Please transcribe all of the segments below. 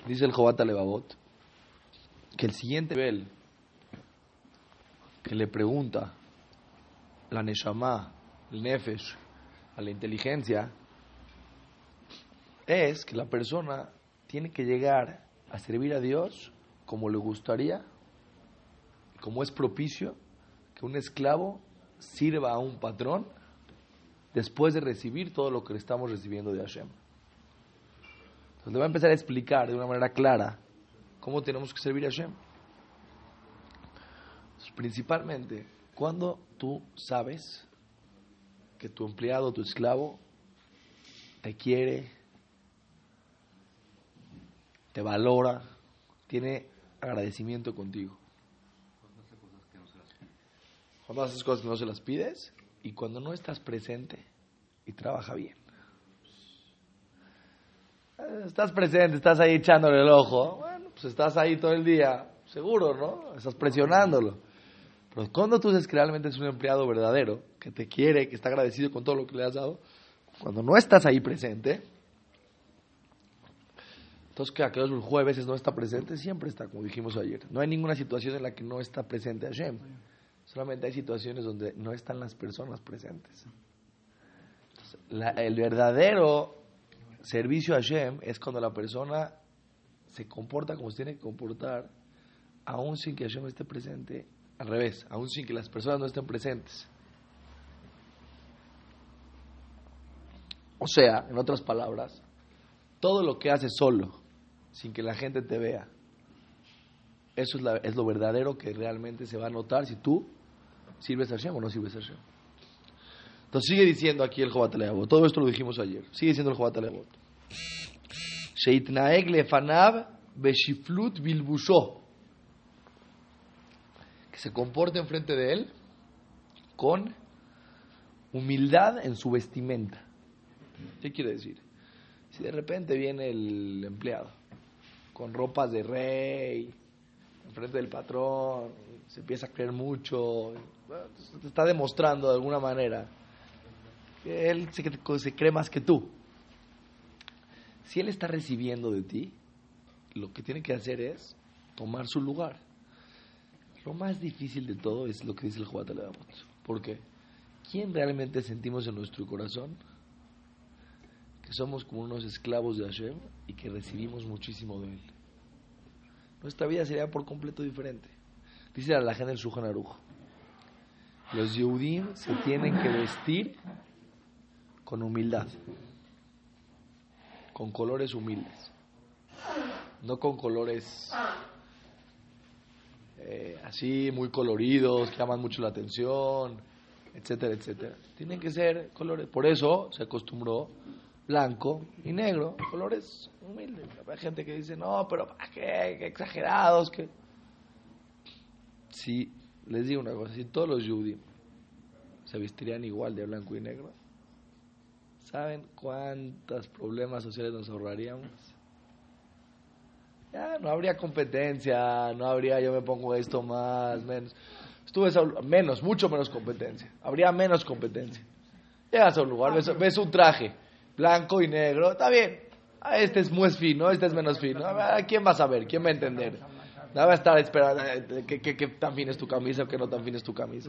Dice el Jobat Alevavot que el siguiente nivel que le pregunta la Neshama, el Nefesh, a la inteligencia, es que la persona tiene que llegar a servir a Dios como le gustaría, como es propicio que un esclavo sirva a un patrón después de recibir todo lo que le estamos recibiendo de Hashem. Entonces le va a empezar a explicar de una manera clara cómo tenemos que servir a Hashem. Entonces, principalmente, cuando tú sabes que tu empleado, tu esclavo, te quiere, te valora, tiene agradecimiento contigo. Cuando haces cosas que no se las pides y cuando no estás presente y trabaja bien. Estás presente, estás ahí echándole el ojo, bueno, pues estás ahí todo el día, seguro, ¿no? Estás presionándolo. Pero cuando tú sabes que realmente es un empleado verdadero, que te quiere, que está agradecido con todo lo que le has dado, cuando no estás ahí presente, entonces que aquellos jueves no está presente, siempre está, como dijimos ayer. No hay ninguna situación en la que no está presente Hashem. Solamente hay situaciones donde no están las personas presentes. Entonces, el verdadero servicio a Hashem es cuando la persona se comporta como se tiene que comportar, aún sin que Hashem esté presente. Al revés, aún sin que las personas no estén presentes. O sea, en otras palabras, todo lo que haces solo, sin que la gente te vea, eso es lo verdadero que realmente se va a notar si tú sirves a Hashem o no sirves a Hashem. Entonces sigue diciendo aquí el Jobat Alevavot, todo esto lo dijimos ayer, sigue diciendo el Jobat Alevavot. Sheitnaeg lefanav beshiflut bilbusho, que se comporte enfrente de él con humildad en su vestimenta. ¿Qué quiere decir? Si de repente viene el empleado con ropas de rey enfrente del patrón, se empieza a creer mucho, bueno, te está demostrando de alguna manera que él se cree más que tú. Si él está recibiendo de ti, lo que tiene que hacer es tomar su lugar. Lo más difícil de todo es lo que dice el Jobat Alevavot. ¿Por qué? ¿Quién realmente sentimos en nuestro corazón que somos como unos esclavos de Hashem y que recibimos muchísimo de él? Nuestra vida sería por completo diferente. Dice la gente del Shulchan Aruch, los Yehudim se tienen que vestir con humildad, con colores humildes, no con colores así muy coloridos, que llaman mucho la atención, etcétera, etcétera. Tienen que ser colores, por eso se acostumbró blanco y negro, colores humildes. Hay gente que dice, no, pero ¿para qué? Qué exagerados. Que si les digo una cosa, si todos los Yudim se vestirían igual de blanco y negro, ¿saben cuántos problemas sociales nos ahorraríamos? Ya no habría competencia, no habría yo me pongo esto más, menos. Menos, mucho menos competencia. Habría menos competencia. Llegas a un lugar, ves un traje blanco y negro, está bien. Este es muy fino, este es menos fino. ¿A quién va a saber? ¿Quién va a entender? No va a estar esperando que tan fina es tu camisa o que no tan fina es tu camisa.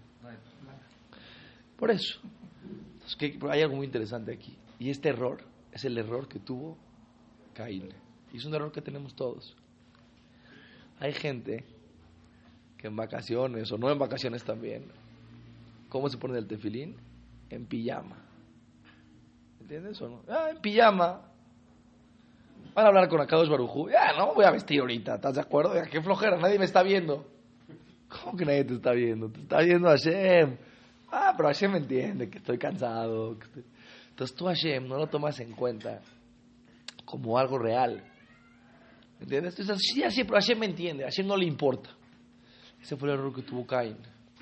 Por eso. Entonces, hay algo muy interesante aquí. Y este error es el error que tuvo Caín. Y es un error que tenemos todos. Hay gente que en vacaciones, o no en vacaciones también, ¿cómo se pone el tefilín? En pijama. ¿Entiendes o no? En pijama. Van a hablar con Akadosh Baruj Hu. No me voy a vestir ahorita, ¿estás de acuerdo? Qué flojera, nadie me está viendo. ¿Cómo que nadie te está viendo? Te está viendo Hashem. Pero Hashem entiende que estoy cansado. Entonces tú Hashem no lo tomas en cuenta como algo real. ¿Entiendes? Entonces, sí, pero Hashem me entiende, a Hashem no le importa. Ese fue el error que tuvo Caín.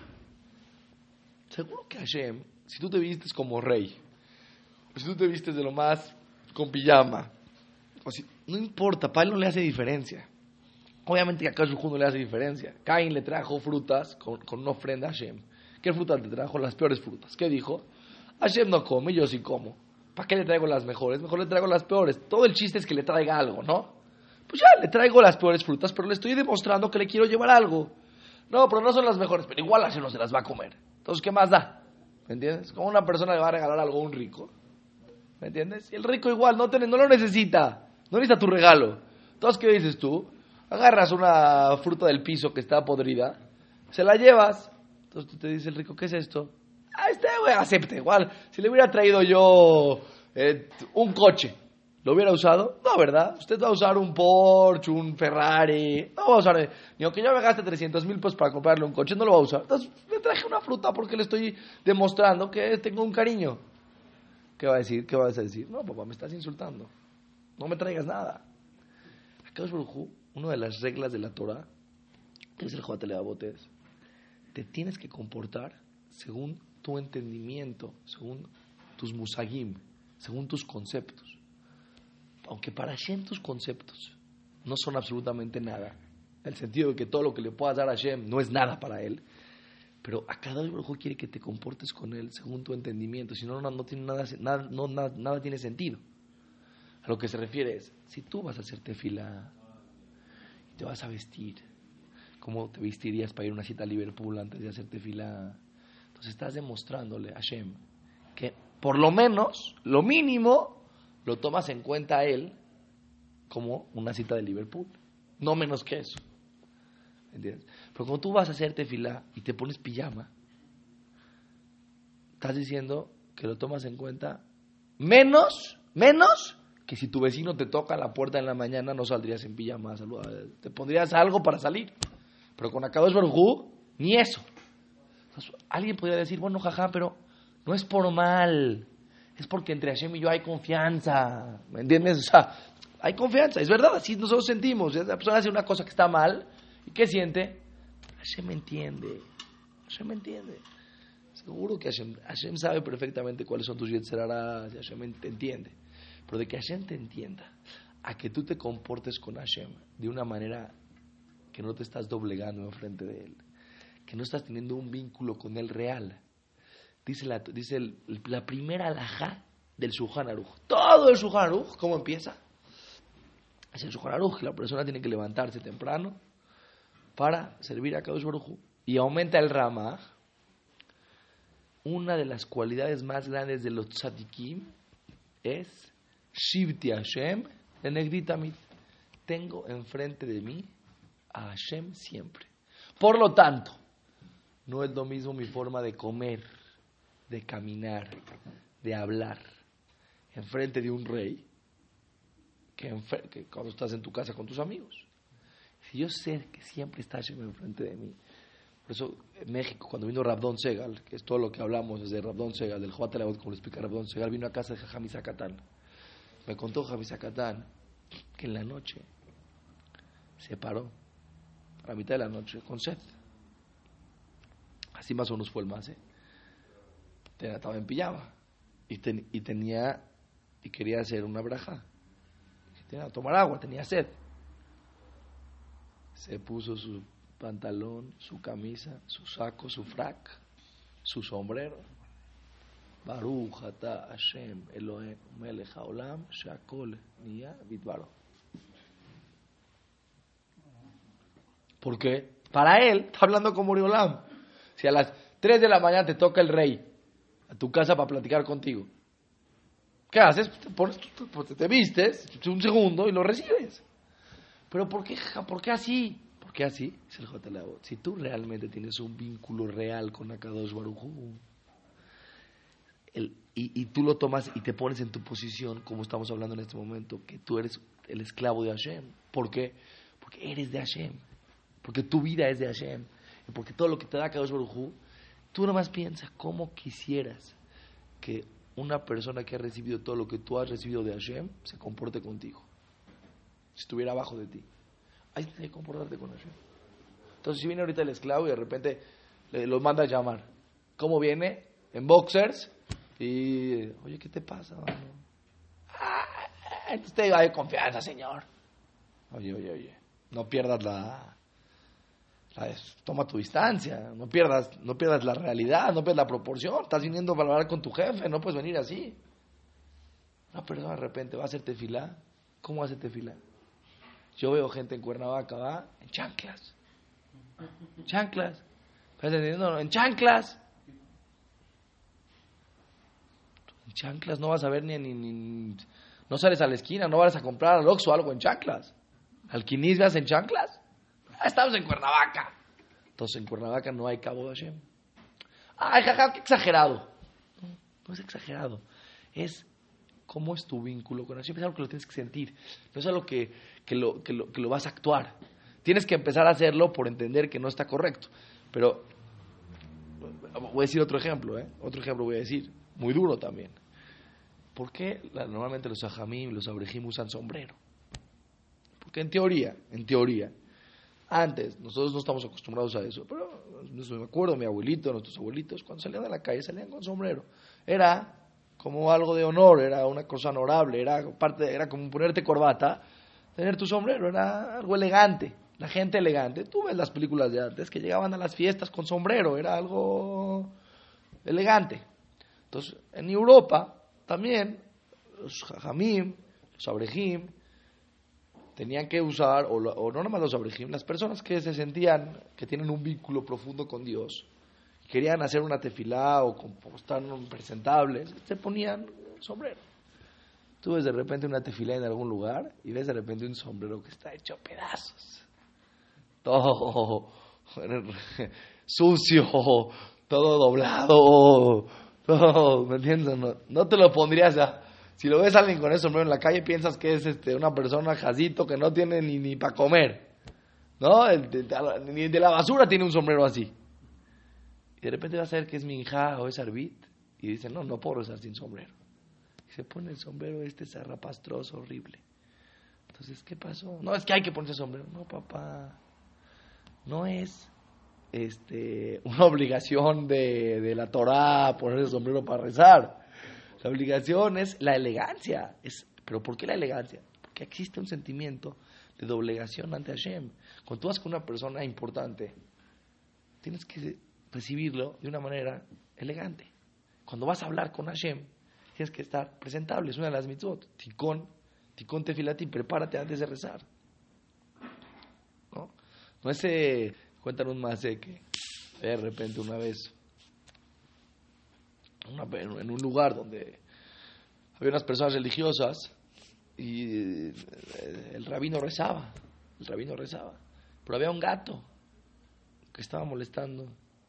Seguro que Hashem, si tú te vistes como rey, o si tú te vistes de lo más con pijama, o si, no importa, para él no le hace diferencia. Obviamente que a Akadosh Baruj Hu no le hace diferencia. Caín le trajo frutas con una ofrenda a Hashem. ¿Qué frutas le trajo? Las peores frutas. ¿Qué dijo? Hashem no come, yo sí como. ¿Para qué le traigo las mejores? Mejor le traigo las peores. Todo el chiste es que le traiga algo, ¿no? Pues ya, le traigo las peores frutas, pero le estoy demostrando que le quiero llevar algo. No, pero no son las mejores, pero igual Hashem no se las va a comer. Entonces, ¿qué más da? ¿Me entiendes? Como una persona le va a regalar algo a un rico. ¿Me entiendes? Y el rico igual no lo necesita. No necesita tu regalo. Entonces, ¿qué dices tú? Agarras una fruta del piso que está podrida, se la llevas. Entonces, tú te dice el rico, ¿qué es esto? Güey acepte. Igual, si le hubiera traído yo un coche, ¿lo hubiera usado? No, ¿verdad? Usted va a usar un Porsche, un Ferrari. No va a usar. Ni aunque yo me gaste 300,000 pesos para comprarle un coche, no lo va a usar. Entonces, le traje una fruta porque le estoy demostrando que tengo un cariño. ¿Qué va a decir? ¿Qué vas a decir? No, papá, me estás insultando. No me traigas nada. Akadosh Baruj Hu, una de las reglas de la Torah, que es el Joat Levavot, te tienes que comportar según tu entendimiento, según tus musagim, según tus conceptos. Aunque para Hashem tus conceptos no son absolutamente nada, en el sentido de que todo lo que le puedas dar a Hashem no es nada para él, pero Akadosh Baruj Hu quiere que te comportes con él según tu entendimiento, si no, no tiene nada tiene sentido. A lo que se refiere es, si tú vas a hacer tefila y te vas a vestir, ¿cómo te vestirías para ir a una cita a Liverpool antes de hacer tefila? Entonces estás demostrándole a Hashem que por lo menos, lo mínimo, lo tomas en cuenta a él como una cita de Liverpool, no menos que eso. ¿Entiendes? Pero cuando tú vas a hacer tefilá y te pones pijama, estás diciendo que lo tomas en cuenta menos que si tu vecino te toca la puerta en la mañana, no saldrías en pijama a saludar, te pondrías algo para salir. Pero con Akadosh Baruj Hu, ni eso. Entonces, alguien podría decir, bueno, jaja, pero no es por mal, es porque entre Hashem y yo hay confianza, ¿me entiendes? O sea, hay confianza, es verdad, así nosotros sentimos. La persona hace una cosa que está mal, ¿y qué siente? Hashem me entiende, Hashem me entiende. Seguro que Hashem sabe perfectamente cuáles son tus yetzer harás, y Hashem te entiende. Pero de que Hashem te entienda, a que tú te comportes con Hashem de una manera que no te estás doblegando enfrente de Él, que no estás teniendo un vínculo con Él real. Dice la primera alajá del Shulchan Aruch. Todo el Shulchan Aruch, ¿cómo empieza? Es el Shulchan Aruch, la persona tiene que levantarse temprano para servir a Kadosh Baruj Hu. Y aumenta el Ramah. Una de las cualidades más grandes de los tzadikim es Shivti Hashem Lenegdi Tamid. Tengo enfrente de mí a Hashem siempre. Por lo tanto, no es lo mismo mi forma de comer, de caminar, de hablar enfrente de un rey que cuando estás en tu casa con tus amigos. Si yo sé que siempre está Hashem enfrente de mí. Por eso en México, cuando vino Rabdon Segal, que es todo lo que hablamos desde Rabdon Segal, del Joat Levavot, como lo explica Rabdon Segal, vino a casa de Jajam Isakatán. Me contó Jajam Isakatán que en la noche se paró a la mitad de la noche con sed. Así más o menos fue el más, estaba en pijama y quería hacer una braja. Tenía que tomar agua, tenía sed. Se puso su pantalón, su camisa, su saco, su frac, su sombrero. Baruch ata Hashem Elohim melech haolam she'akol niya bidbaro. ¿Por qué? Para él, está hablando con Boriolam. Si a las 3 de la mañana te toca el rey a tu casa para platicar contigo, ¿qué haces? Te vistes un segundo y lo recibes. ¿Pero por qué así? ¿Por qué así? Es el Joat Levavot. Si tú realmente tienes un vínculo real con Akadosh Baruj Hu, y tú lo tomas y te pones en tu posición, como estamos hablando en este momento, que tú eres el esclavo de Hashem. ¿Por qué? Porque eres de Hashem. Porque tu vida es de Hashem. Y porque todo lo que te da Akadosh Baruj Hu, tú nomás piensas cómo quisieras que una persona que ha recibido todo lo que tú has recibido de Hashem se comporte contigo. Si estuviera abajo de ti. Ahí tienes que comportarte con Hashem. Entonces, si viene ahorita el esclavo y de repente lo manda a llamar, ¿cómo viene? En boxers. Y, oye, ¿qué te pasa, mano? Entonces te digo, hay confianza, señor. Oye, no pierdas toma tu distancia, no pierdas la realidad, no pierdas la proporción. Estás viniendo para hablar con tu jefe, no puedes venir así. Una persona de repente va a hacer tefilá. ¿Cómo hace tefilá? Yo veo gente en Cuernavaca, ¿va? En chanclas. Chanclas. ¿Estás entendiendo? En chanclas. En chanclas no vas a ver ni no sales a la esquina, no vas a comprar al Oxxo algo en chanclas. Al Quinis veas en chanclas. Estamos en Cuernavaca. Entonces en Cuernavaca no hay cabo de Hashem. Ay, jaja, qué exagerado. No es exagerado. Es cómo es tu vínculo con Hashem. Es algo que lo tienes que sentir. No es algo que lo vas a actuar. Tienes que empezar a hacerlo por entender que no está correcto. Pero voy a decir otro ejemplo. Otro ejemplo voy a decir. Muy duro también. ¿Por qué normalmente los ajamim, los abrejim usan sombrero? Porque en teoría, antes, nosotros no estamos acostumbrados a eso, pero me acuerdo, mi abuelito, nuestros abuelitos, cuando salían de la calle salían con sombrero. Era como algo de honor, era una cosa honorable, era como ponerte corbata, tener tu sombrero, era algo elegante, la gente elegante. Tú ves las películas de antes que llegaban a las fiestas con sombrero, era algo elegante. Entonces, en Europa también, los jajamim, los abrejim, tenían que usar, o no nomás los abrejim, las personas que se sentían, que tienen un vínculo profundo con Dios, querían hacer una tefilá o estar presentables, se ponían sombrero. Tú ves de repente una tefilá en algún lugar y ves de repente un sombrero que está hecho a pedazos. Todo sucio, todo doblado, todo, ¿me entiendes? No te lo pondrías ya. Si lo ves a alguien con ese sombrero en la calle, piensas que es una persona jazito que no tiene ni para comer. ¿No? Ni de la basura tiene un sombrero así. Y de repente vas a ver que es minjá o es arbit. Y dice, no puedo rezar sin sombrero. Y se pone el sombrero zarrapastroso, horrible. Entonces, ¿qué pasó? No, es que hay que ponerse sombrero. No, papá. No es una obligación de la Torá ponerse sombrero para rezar. La obligación es la elegancia. ¿Pero por qué la elegancia? Porque existe un sentimiento de doblegación ante Hashem. Cuando tú vas con una persona importante, tienes que recibirlo de una manera elegante. Cuando vas a hablar con Hashem, tienes que estar presentable. Es una de las mitzvot. Tikón tefilati, prepárate antes de rezar. No es cuentan un masé que de repente una vez en un lugar donde había unas personas religiosas y el rabino rezaba, pero había un gato que estaba molestando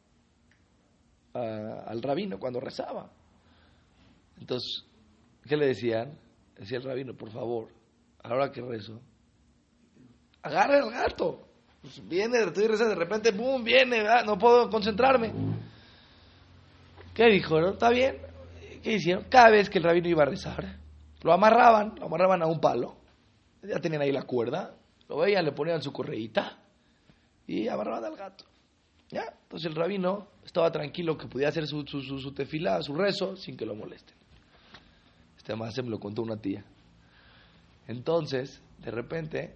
al rabino cuando rezaba. Entonces, ¿qué le decían? Decía el rabino, por favor, a la hora que rezo, agarra el gato. Pues viene, estoy rezando, de repente, ¡pum!, viene, no puedo concentrarme. ¿Qué dijo? ¿No? ¿Está bien? ¿Qué hicieron? Cada vez que el rabino iba a rezar, lo amarraban a un palo. Ya tenían ahí la cuerda, lo veían, le ponían su correíta y amarraban al gato. ¿Ya? Entonces el rabino estaba tranquilo que podía hacer su tefilá, su rezo, sin que lo molesten. Además se me lo contó una tía. Entonces, de repente,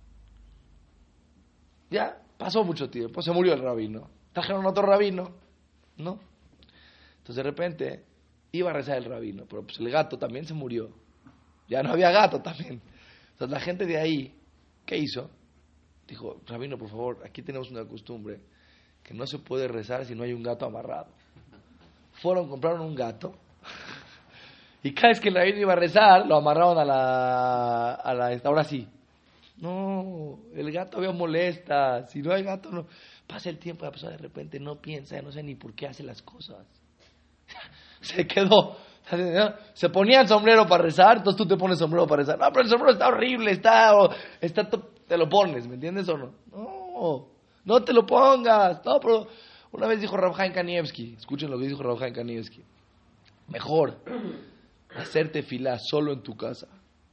ya pasó mucho tiempo, se murió el rabino. Trajeron otro rabino, ¿no? Entonces de repente iba a rezar el rabino, pero pues el gato también se murió. Ya no había gato también. Entonces la gente de ahí, ¿qué hizo? Dijo, rabino, por favor, aquí tenemos una costumbre que no se puede rezar si no hay un gato amarrado. Compraron un gato y cada vez que el rabino iba a rezar, lo amarraron a la ahora sí. No, el gato veo molesta. Si no hay gato, no. Pasa el tiempo, la persona de repente no piensa, no sé ni por qué hace las cosas. Se quedó. Se ponía el sombrero para rezar, entonces tú te pones sombrero para rezar. No, pero el sombrero está horrible, te lo pones, ¿me entiendes o no? No te lo pongas. No, pero una vez dijo Rav Chaim Kanievsky, escuchen lo que dijo Rav Chaim Kanievsky. Mejor hacerte tefilá solo en tu casa.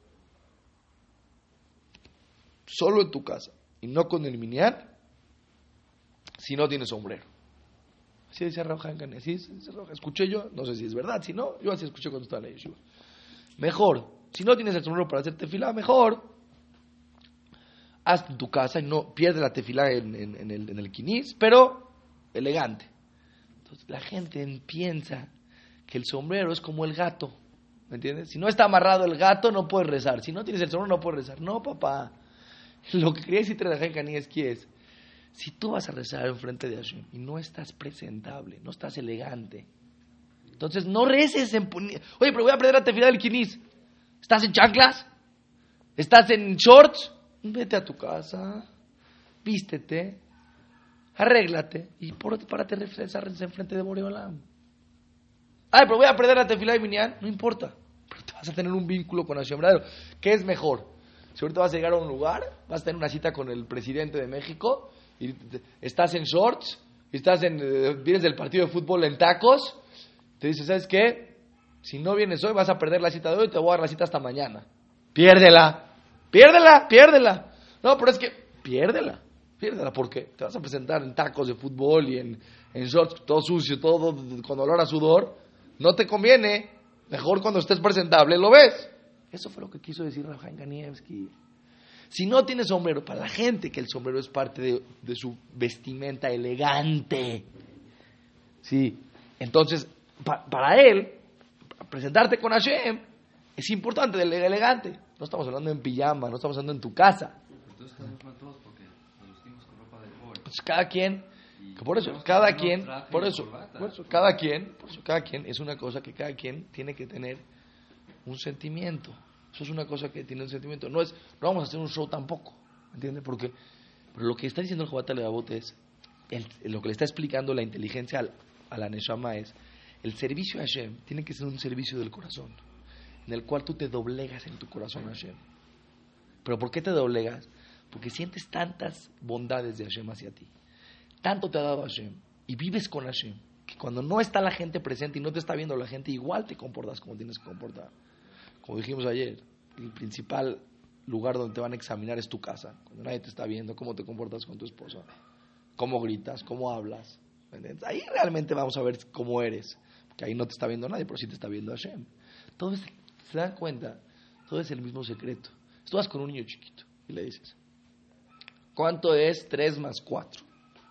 Solo en tu casa y no con el minyan si no tienes sombrero. Así decía Rav Chaim Kanievsky. Escuché yo, no sé si es verdad, si no, yo así escuché cuando estaba en la yeshiva. Mejor, si no tienes el sombrero para hacer tefilá, mejor hazte en tu casa y no pierdes la tefilá en el quinis, pero elegante. Entonces la gente piensa que el sombrero es como el gato, ¿me entiendes? Si no está amarrado el gato no puedes rezar, si no tienes el sombrero no puedes rezar. No, papá. Lo que quería decirte de Rajam Kanievski es, si tú vas a rezar enfrente de Hashem y no estás presentable, no estás elegante, entonces no reces oye, pero voy a aprender a tefilá del Knis. ¿Estás en chanclas? ¿Estás en shorts? Vete a tu casa, vístete, arréglate y párate a rezar enfrente de Boreolam. Ay, pero voy a aprender a tefilá de Minyan. No importa, pero te vas a tener un vínculo con Hashem. ¿Qué es mejor? Si ahorita vas a llegar a un lugar, vas a tener una cita con el presidente de México y estás en shorts, vienes del partido de fútbol en tacos, te dice, ¿sabes qué? Si no vienes hoy vas a perder la cita de hoy, te voy a dar la cita hasta mañana. Piérdela. No, pero es que piérdela. ¿Por qué? Te vas a presentar en tacos de fútbol y en shorts todo sucio, todo con olor a sudor. No te conviene. Mejor cuando estés presentable lo ves. Eso fue lo que quiso decir Rajam Kanievski. Si no tiene sombrero, para la gente que el sombrero es parte de su vestimenta elegante. Sí. Entonces, para él, presentarte con Hashem es importante, elegante. No estamos hablando en pijama, no estamos hablando en tu casa. Entonces estamos todos porque nos vestimos con ropa de deporte. Pues cada quien, cada quien es una cosa que cada quien tiene que tener un sentimiento. Eso es una cosa que tiene un sentimiento. No vamos a hacer un show tampoco, ¿entiendes? Pero lo que está diciendo el Jobat Levavot es, lo que le está explicando la inteligencia a la Neshama es, el servicio a Hashem tiene que ser un servicio del corazón, en el cual tú te doblegas en tu corazón a Hashem. ¿Pero por qué te doblegas? Porque sientes tantas bondades de Hashem hacia ti. Tanto te ha dado Hashem y vives con Hashem, que cuando no está la gente presente y no te está viendo la gente, igual te comportas como tienes que comportar. Como dijimos ayer, el principal lugar donde te van a examinar es tu casa. Cuando nadie te está viendo, cómo te comportas con tu esposa, cómo gritas, cómo hablas. ¿Entiendes? Ahí realmente vamos a ver cómo eres. Porque ahí no te está viendo nadie, pero sí te está viendo Hashem. Entonces, ¿se dan cuenta? Todo es el mismo secreto. Tú vas con un niño chiquito y le dices, ¿cuánto es 3 más 4?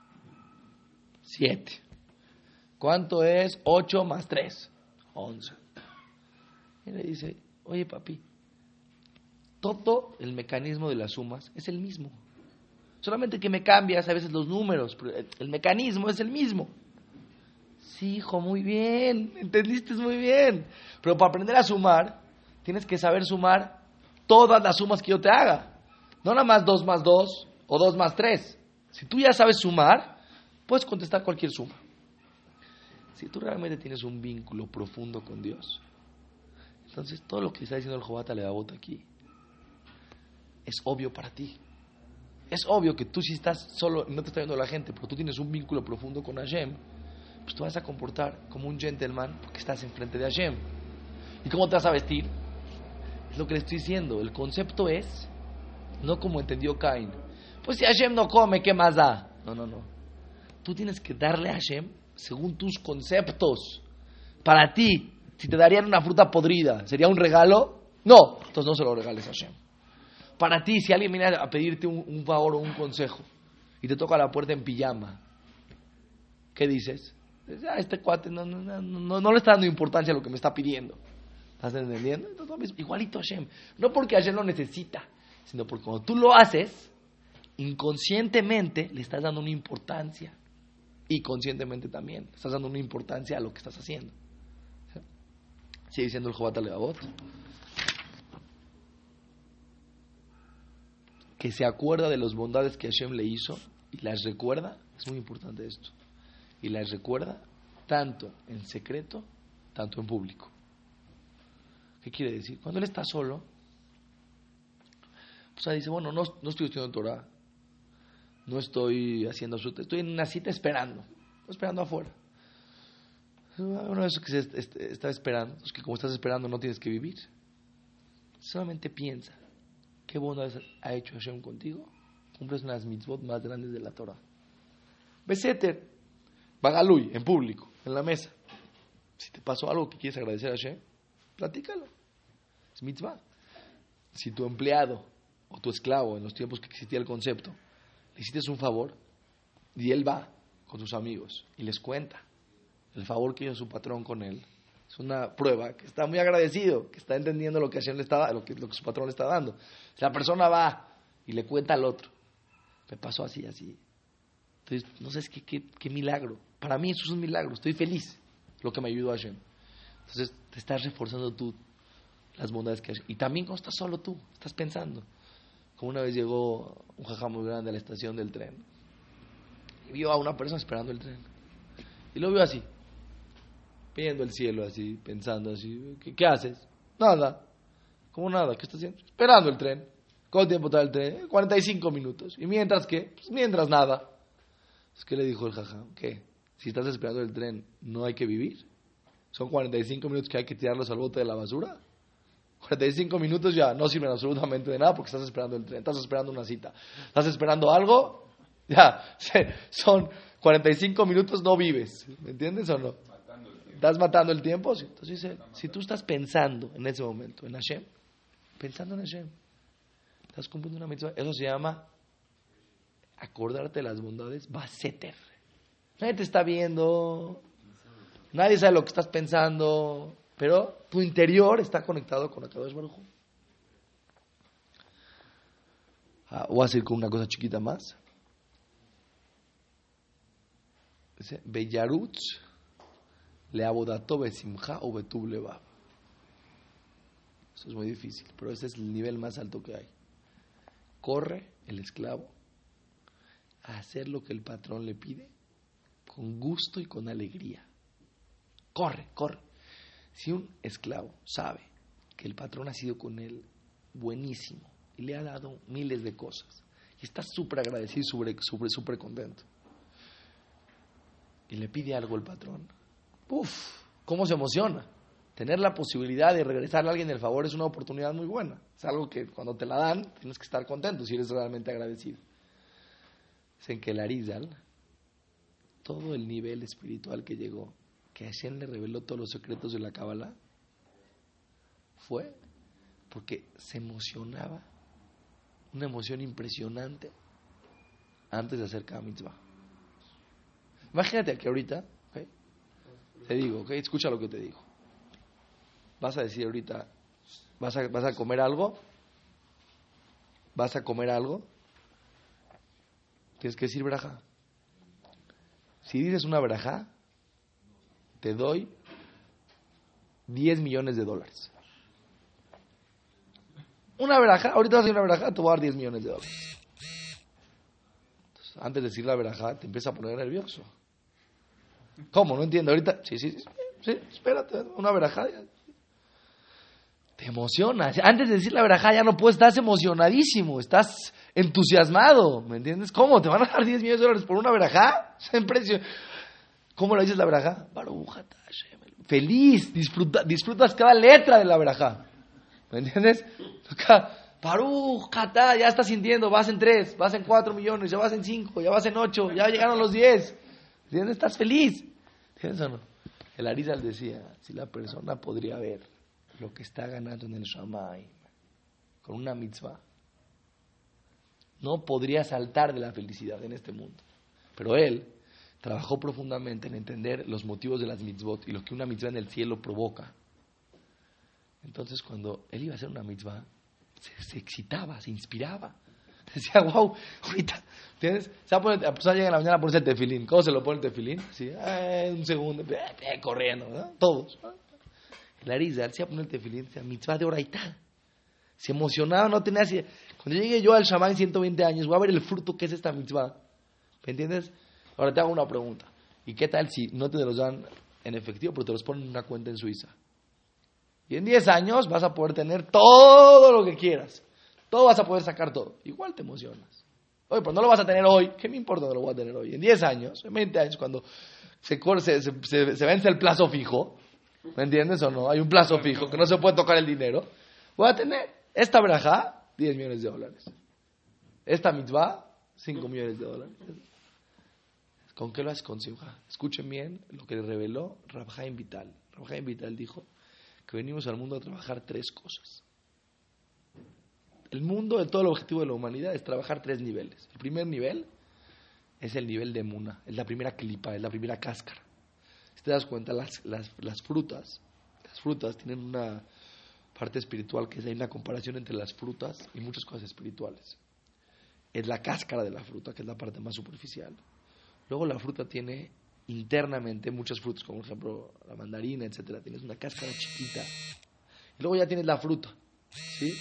7. ¿Cuánto es 8 más 3? 11. Y le dice, oye papi, todo el mecanismo de las sumas es el mismo. Solamente que me cambias a veces los números, pero el mecanismo es el mismo. Sí, hijo, muy bien, entendiste muy bien. Pero para aprender a sumar, tienes que saber sumar todas las sumas que yo te haga. No nada más 2 más 2 o 2 más 3. Si tú ya sabes sumar, puedes contestar cualquier suma. Si tú realmente tienes un vínculo profundo con Dios, entonces todo lo que está diciendo el Jobat Levavot aquí es obvio para ti. Es obvio que tú si estás solo, no te está viendo la gente, pero tú tienes un vínculo profundo con Hashem, pues tú vas a comportar como un gentleman porque estás enfrente de Hashem. ¿Y cómo te vas a vestir? Es lo que le estoy diciendo. El concepto es, no como entendió Caín. Pues si Hashem no come, ¿qué más da? No. Tú tienes que darle a Hashem según tus conceptos. Para ti, si te darían una fruta podrida, ¿sería un regalo? No, entonces no se lo regales a Hashem. Para ti, si alguien viene a pedirte un favor o un consejo y te toca la puerta en pijama, ¿qué dices? Este cuate no le está dando importancia a lo que me está pidiendo. ¿Estás entendiendo? Entonces, igualito Hashem. No porque Hashem lo necesita, sino porque cuando tú lo haces, inconscientemente le estás dando una importancia. Y conscientemente también le estás dando una importancia a lo que estás haciendo. Sigue diciendo el Jobat Levavot que se acuerda de las bondades que Hashem le hizo y las recuerda. Es muy importante esto. Y las recuerda tanto en secreto, tanto en público. ¿Qué quiere decir? Cuando él está solo, pues dice, bueno, no estoy estudiando Torah, no estoy haciendo estoy en una cita esperando afuera. Uno de esos que se está esperando, es que como estás esperando no tienes que vivir. Solamente piensa, ¿qué bondades ha hecho Hashem contigo? Cumples unas mitzvot más grandes de la Torah. Beseter, Bagalui, en público, en la mesa. Si te pasó algo que quieres agradecer a Hashem, platícalo. Es mitzvah. Si tu empleado o tu esclavo, en los tiempos que existía el concepto, le hiciste un favor y él va con sus amigos y les cuenta el favor que hizo su patrón con él, es una prueba que está muy agradecido, que está entendiendo lo que Hashem le está, lo que su patrón le está dando. Si la persona va Y le cuenta al otro. Me pasó así, así. Entonces, no sé, qué milagro. Para mí eso es un milagro. Estoy feliz. Lo que me ayudó a Hashem. Entonces, te estás reforzando tú las bondades que Hashem. Y también cuando estás solo tú, estás pensando. Como una vez llegó un jajá muy grande a la estación del tren. Y vio a una persona esperando el tren. Y lo vio así. Viendo el cielo así, pensando así. ¿Qué haces? Nada. ¿Cómo nada? ¿Qué estás haciendo? Esperando el tren. ¿Cuánto tiempo trae el tren? 45 minutos. ¿Y mientras qué? Pues mientras nada. ¿Qué le dijo el jajá? ¿Qué? Si estás esperando el tren, ¿no hay que vivir? ¿Son 45 minutos que hay que tirarlos al bote de la basura? 45 minutos ya no sirven absolutamente de nada porque estás esperando el tren, estás esperando una cita, estás esperando algo, ya, son 45 minutos, no vives. ¿Me entiendes o no? ¿Estás matando el tiempo? Entonces dice, si tú estás pensando en ese momento, en Hashem, pensando en Hashem, estás cumpliendo una mitzvah. Eso se llama acordarte de las bondades, baseter. Nadie te está viendo, nadie sabe lo que estás pensando, pero tu interior está conectado con Akadosh Baruj Hu. Voy a seguir con una cosa chiquita más. Dice, Beyarutz le abodato besimcha o betub levav. Eso es muy difícil, pero ese es el nivel más alto que hay. Corre el esclavo a hacer lo que el patrón le pide con gusto y con alegría. Corre. Si un esclavo sabe que el patrón ha sido con él buenísimo y le ha dado miles de cosas y está súper agradecido, súper contento y le pide algo el patrón, ¿cómo se emociona? Tener la posibilidad de regresarle a alguien el favor es una oportunidad muy buena. Es algo que cuando te la dan tienes que estar contento si eres realmente agradecido. Dicen que el Arizal, todo el nivel espiritual que llegó, que Hashem le reveló todos los secretos de la Kabbalah, fue porque se emocionaba, una emoción impresionante, antes de hacer cada mitzvah. Imagínate que ahorita, ¿okay? Te digo, ¿okay? Escucha lo que te digo. Vas a decir ahorita, vas a comer algo, tienes que decir verajá. Si dices una verajá, te doy $10 millones. Una verajá, ahorita vas a decir una verajá, te voy a dar $10 millones. Entonces, antes de decir la verajá, te empieza a poner nervioso. ¿Cómo? No entiendo. Ahorita, sí, espérate, una verajá. Te emocionas. Antes de decir la verajá ya no puedes, estás emocionadísimo, estás entusiasmado, ¿me entiendes? ¿Cómo? ¿Te van a dar $10 millones por una verajá? ¿Cómo le dices la verajá? Baruch atah Hashem. Feliz, disfrutas cada letra de la verajá, ¿me entiendes? Baruch atah, ya estás sintiendo, vas en 3, vas en 4 millones, ya vas en 5, ya vas en 8, ya llegaron los 10, ¿entiendes? Estás feliz, ¿entiendes o no? El Arizal decía, si la persona podría ver lo que está ganando en el Shammai con una mitzvah, no podría saltar de la felicidad en este mundo. Pero él trabajó profundamente en entender los motivos de las mitzvot y lo que una mitzvah en el cielo provoca. Entonces cuando él iba a hacer una mitzvah, se excitaba, se inspiraba. Decía, wow, ahorita, ¿entiendes? La persona llega en la mañana a ponerse el tefilín. ¿Cómo se lo pone el tefilín? Así, un segundo, corriendo, ¿no? Todos. El Arizal se iba a poner el tefilín, decía, mitzvah de oraitá. Se emocionaba, no tenía así. Cuando llegue yo al Shammai en 120 años, voy a ver el fruto que es esta mitzvah. ¿Me entiendes? Ahora te hago una pregunta. ¿Y qué tal si no te los dan en efectivo, pero te los ponen en una cuenta en Suiza? Y en 10 años vas a poder tener todo lo que quieras. Todo vas a poder sacar todo. Igual te emocionas. Oye, pero no lo vas a tener hoy. ¿Qué me importa no lo voy a tener hoy? En 10 años, en 20 años, cuando se vence el plazo fijo, ¿me entiendes o no? Hay un plazo fijo que no se puede tocar el dinero. Voy a tener esta verajá, $10 millones. Esta mitzvah, $5 millones. ¿Con qué lo haces? Con simja. Escuchen bien lo que le reveló Rab Chaim Vital. Rab Chaim Vital dijo que venimos al mundo a trabajar 3 cosas. El mundo, todo el objetivo de la humanidad es trabajar 3 niveles. El primer nivel es el nivel de emuna, es la primera clipa, es la primera cáscara. Si te das cuenta, las frutas tienen una parte espiritual, que hay una comparación entre las frutas y muchas cosas espirituales. es la cáscara de la fruta, que es la parte más superficial. Luego la fruta tiene internamente muchas frutas, como por ejemplo la mandarina, etcétera. Tienes una cáscara chiquita. Y luego ya tienes la fruta, ¿sí?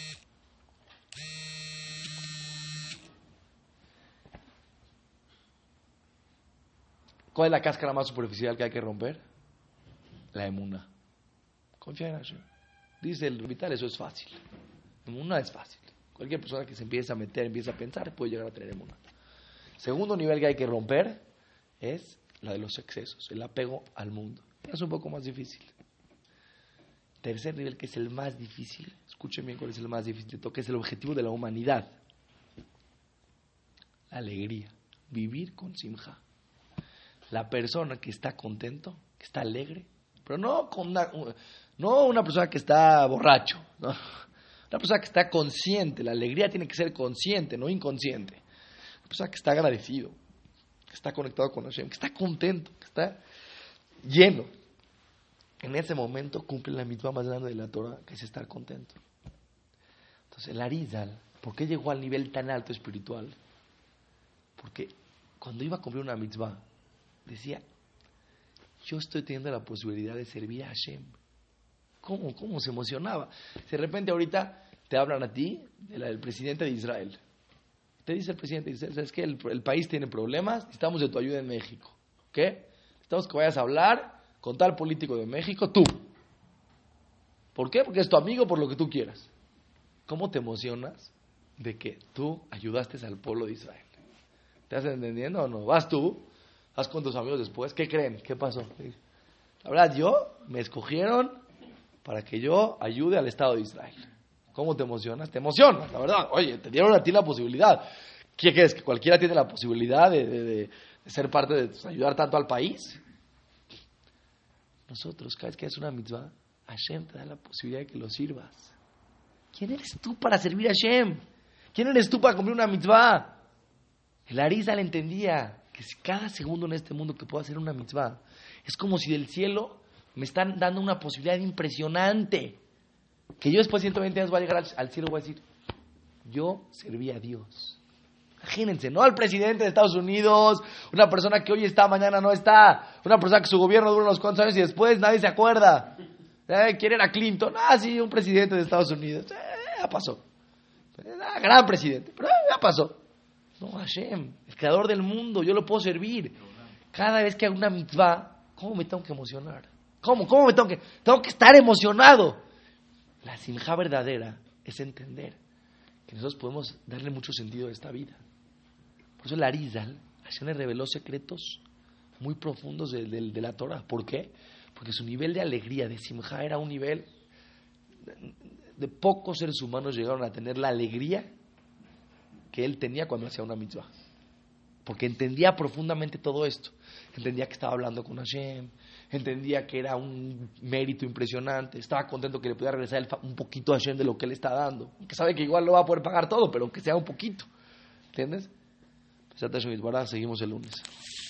¿Cuál es la cáscara más superficial que hay que romper? La emuna. Confía en Hashem. Dice el Vital, eso es fácil. Emuna es fácil. Cualquier persona que se empiece a meter, empiece a pensar, puede llegar a tener emuna. Segundo nivel que hay que romper es la de los excesos, el apego al mundo. Es un poco más difícil. Tercer nivel, que es el más difícil, escuchen bien cuál es el más difícil, que es el objetivo de la humanidad. La alegría, vivir con simja. La persona que está contento, que está alegre, pero no una persona que está borracho, ¿no? Una persona que está consciente. La alegría tiene que ser consciente, no inconsciente. Una persona que está agradecido, que está conectado con Hashem, que está contento, que está lleno. En ese momento cumple la mitzvah más grande de la Torah, que es estar contento. Entonces el Arizal, ¿por qué llegó al nivel tan alto espiritual? Porque cuando iba a cumplir una mitzvah, decía, yo estoy teniendo la posibilidad de servir a Hashem. ¿Cómo se emocionaba? De repente ahorita te hablan a ti del presidente de Israel. Te dice el presidente de Israel, ¿sabes qué? El país tiene problemas, necesitamos de tu ayuda en México. ¿Qué? Necesitamos que vayas a hablar con tal político de México, tú. ¿Por qué? Porque es tu amigo, por lo que tú quieras. ¿Cómo te emocionas de que tú ayudaste al pueblo de Israel? ¿Te estás entendiendo o no? Vas tú, vas con tus amigos después, ¿qué creen? ¿Qué pasó? La verdad, me escogieron para que yo ayude al Estado de Israel. ¿Cómo te emocionas? Te emocionas, la verdad. Oye, te dieron a ti la posibilidad. ¿Qué crees? ¿Que cualquiera tiene la posibilidad de ser parte de ayudar tanto al país? Nosotros, cada vez que haces una mitzvah, Hashem te da la posibilidad de que lo sirvas. ¿Quién eres tú para servir a Hashem? ¿Quién eres tú para cumplir una mitzvah? El Arizal entendía que cada segundo en este mundo que puedo hacer una mitzvah es como si del cielo me están dando una posibilidad impresionante. Que yo después de 120 años voy a llegar al cielo y voy a decir, yo serví a Dios. Imagínense, no al presidente de Estados Unidos, una persona que hoy está, mañana no está, una persona que su gobierno dura unos cuantos años y después nadie se acuerda. ¿Quién era Clinton? Sí, un presidente de Estados Unidos. Ya pasó. Gran presidente, pero ya pasó. No, Hashem, el creador del mundo, yo lo puedo servir. Cada vez que hago una mitzvah, ¿cómo me tengo que emocionar? ¿Cómo me tengo que estar emocionado? La simjá verdadera es entender que nosotros podemos darle mucho sentido a esta vida. Por eso el Arizal, Hashem le reveló secretos muy profundos de la Torah. ¿Por qué? Porque su nivel de alegría, de simjá, era un nivel de pocos seres humanos llegaron a tener la alegría que él tenía cuando hacía una mitzvah. Porque entendía profundamente todo esto. Entendía que estaba hablando con Hashem, entendía que era un mérito impresionante, estaba contento que le pudiera regresar un poquito a Hashem de lo que él está dando, que sabe que igual no va a poder pagar todo, pero que sea un poquito. ¿Entiendes? Pues seguimos el lunes.